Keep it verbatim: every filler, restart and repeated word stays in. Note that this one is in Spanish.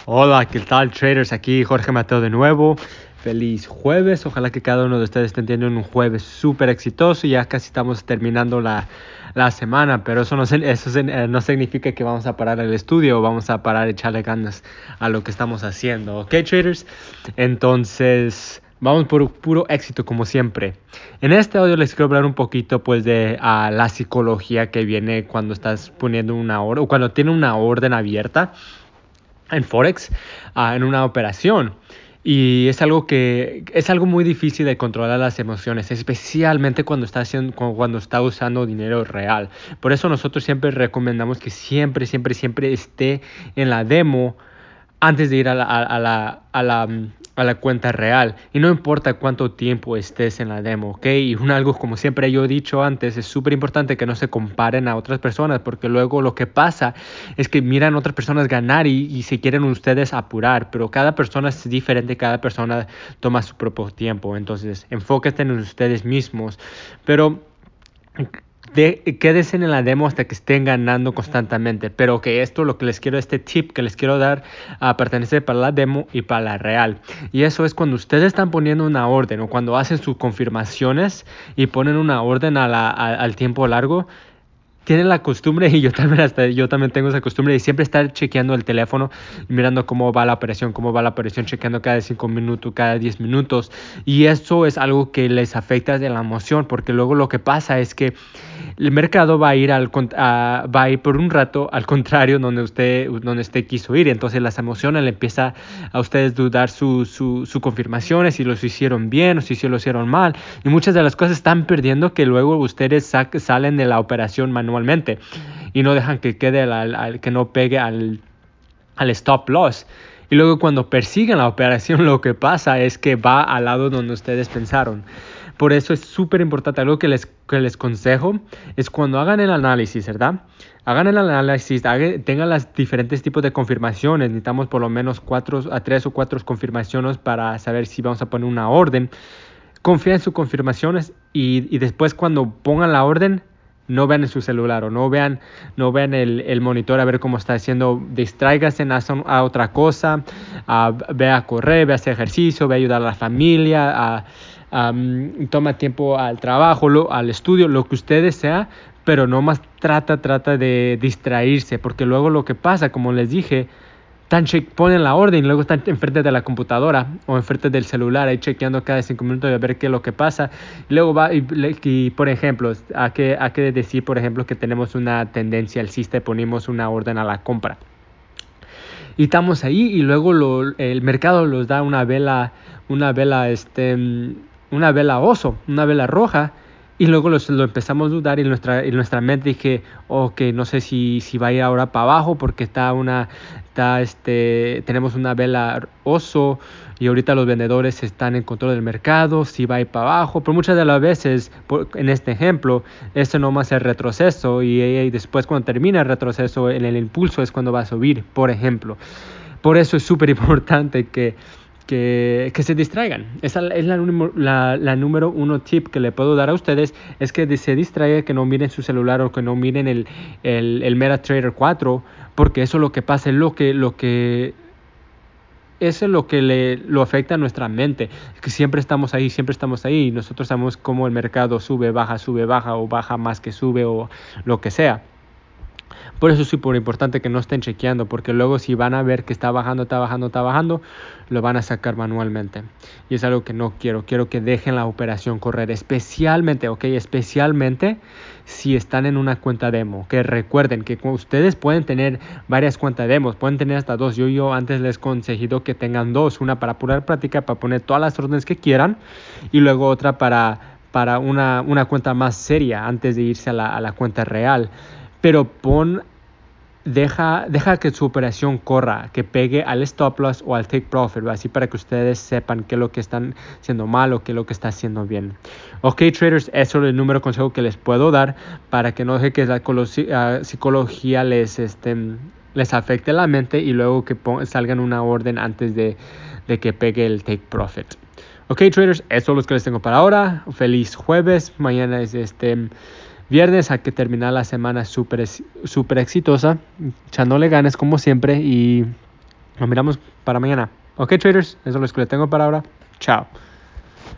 Hola, ¿qué tal, traders? Aquí Jorge Mateo de nuevo. Feliz jueves. Ojalá que cada uno de ustedes esté teniendo un jueves súper exitoso. Ya casi estamos terminando la, la semana, pero eso, no, eso no significa que vamos a parar el estudio o vamos a parar de echarle ganas a lo que estamos haciendo. ¿Ok, traders? Entonces, vamos por puro éxito como siempre. En este audio les quiero hablar un poquito pues de uh, la psicología que viene cuando estás poniendo una orden o cuando tiene una orden abierta en Forex, uh, en una operación. Y es algo que es algo muy difícil de controlar las emociones, especialmente cuando está haciendo, cuando está usando dinero real. Por eso nosotros siempre recomendamos que siempre, siempre, siempre esté en la demo antes de ir a la, a la, a la, a la cuenta real. Y no importa cuánto tiempo estés en la demo, ¿ok? Y un algo, como siempre yo he dicho antes, es súper importante que no se comparen a otras personas, porque luego lo que pasa es que miran a otras personas ganar y, y se quieren ustedes apurar, pero cada persona es diferente, cada persona toma su propio tiempo. Entonces, enfóquense en ustedes mismos. Pero De, quédense en la demo hasta que estén ganando constantemente. Pero que esto, lo que les quiero, este tip que les quiero dar, uh, pertenece para la demo y para la real. Y eso es cuando ustedes están poniendo una orden o cuando hacen sus confirmaciones y ponen una orden a la, a, al tiempo largo. Tienen la costumbre, y yo también, hasta yo también tengo esa costumbre de siempre estar chequeando el teléfono y mirando cómo va la operación, cómo va la operación, chequeando cada cinco minutos, cada diez minutos. Y eso es algo que les afecta de la emoción, porque luego lo que pasa es que el mercado va a ir al a, va a ir por un rato al contrario donde usted donde usted quiso ir. Entonces las emociones le empieza a ustedes dudar su, su, su confirmaciones, si los hicieron bien o si se lo hicieron mal. Y muchas de las cosas están perdiendo que luego ustedes sa- salen de la operación manualmente y no dejan que quede al, al, al, que no pegue al, al stop loss. Y luego cuando persiguen la operación, lo que pasa es que va al lado donde ustedes pensaron. Por eso es súper importante. Algo que les, que les consejo es cuando hagan el análisis, ¿verdad? Hagan el análisis, hagan, tengan los diferentes tipos de confirmaciones. Necesitamos por lo menos cuatro a tres o cuatro confirmaciones para saber si vamos a poner una orden. Confíen en sus confirmaciones y, y después cuando pongan la orden, no vean en su celular o no vean, no vean el, el monitor a ver cómo está haciendo. Distráiganse a, a otra cosa, a, ve a correr, ve a hacer ejercicio, ve a ayudar a la familia, a, Um, toma tiempo al trabajo, lo, al estudio, lo que usted desea, pero no más trata, trata de distraerse, porque luego lo que pasa, como les dije, tan che- ponen la orden y luego están enfrente de la computadora o enfrente del celular ahí chequeando cada cinco minutos a ver qué es lo que pasa. Y luego va y, y por ejemplo, hay que, hay que decir, por ejemplo, que tenemos una tendencia alcista y ponemos una orden a la compra. Y estamos ahí y luego lo, el mercado nos da una vela, una vela, este, una vela oso, una vela roja. Y luego los, lo empezamos a dudar y en nuestra, en nuestra mente dije, ok, no sé si, si va a ir ahora para abajo porque está una, está este, tenemos una vela oso y ahorita los vendedores están en control del mercado, si va a ir para abajo. Pero muchas de las veces, por, en este ejemplo, eso nomás es el retroceso y, y después cuando termina el retroceso, en el impulso es cuando va a subir, por ejemplo. Por eso es súper importante que Que, que se distraigan. Esa es la, la, la número uno tip que le puedo dar a ustedes, es que se distraigan, que no miren su celular o que no miren el, el, el MetaTrader cuatro, porque eso es lo que pasa, es lo que, lo que eso es lo que le, lo afecta a nuestra mente, que siempre estamos ahí, siempre estamos ahí, y nosotros sabemos cómo el mercado sube, baja, sube, baja, o baja más que sube, o lo que sea. Por eso es súper importante que no estén chequeando, porque luego si van a ver que está bajando, está bajando, está bajando, lo van a sacar manualmente. Y es algo que no quiero. Quiero que dejen la operación correr, especialmente, ok, especialmente si están en una cuenta demo. Que recuerden que ustedes pueden tener varias cuentas demos, pueden tener hasta dos. Yo, yo antes les he conseguido que tengan dos, una para pura práctica, para poner todas las órdenes que quieran, y luego otra para, para una, una cuenta más seria antes de irse a la, a la cuenta real. Pero pon, deja, deja que su operación corra, que pegue al stop loss o al take profit, así para que ustedes sepan qué es lo que están haciendo mal o qué es lo que está haciendo bien. Ok, traders, eso es el número de consejo que les puedo dar para que no deje que la uh, psicología les, este, les afecte la mente y luego que salgan una orden antes de, de que pegue el take profit. Ok, traders, eso es lo que les tengo para ahora. Feliz jueves. Mañana es este viernes, hay que terminar la semana súper super exitosa, echándole ganas como siempre y Lo miramos para mañana. Ok, traders, eso es lo que les tengo para ahora. Chao.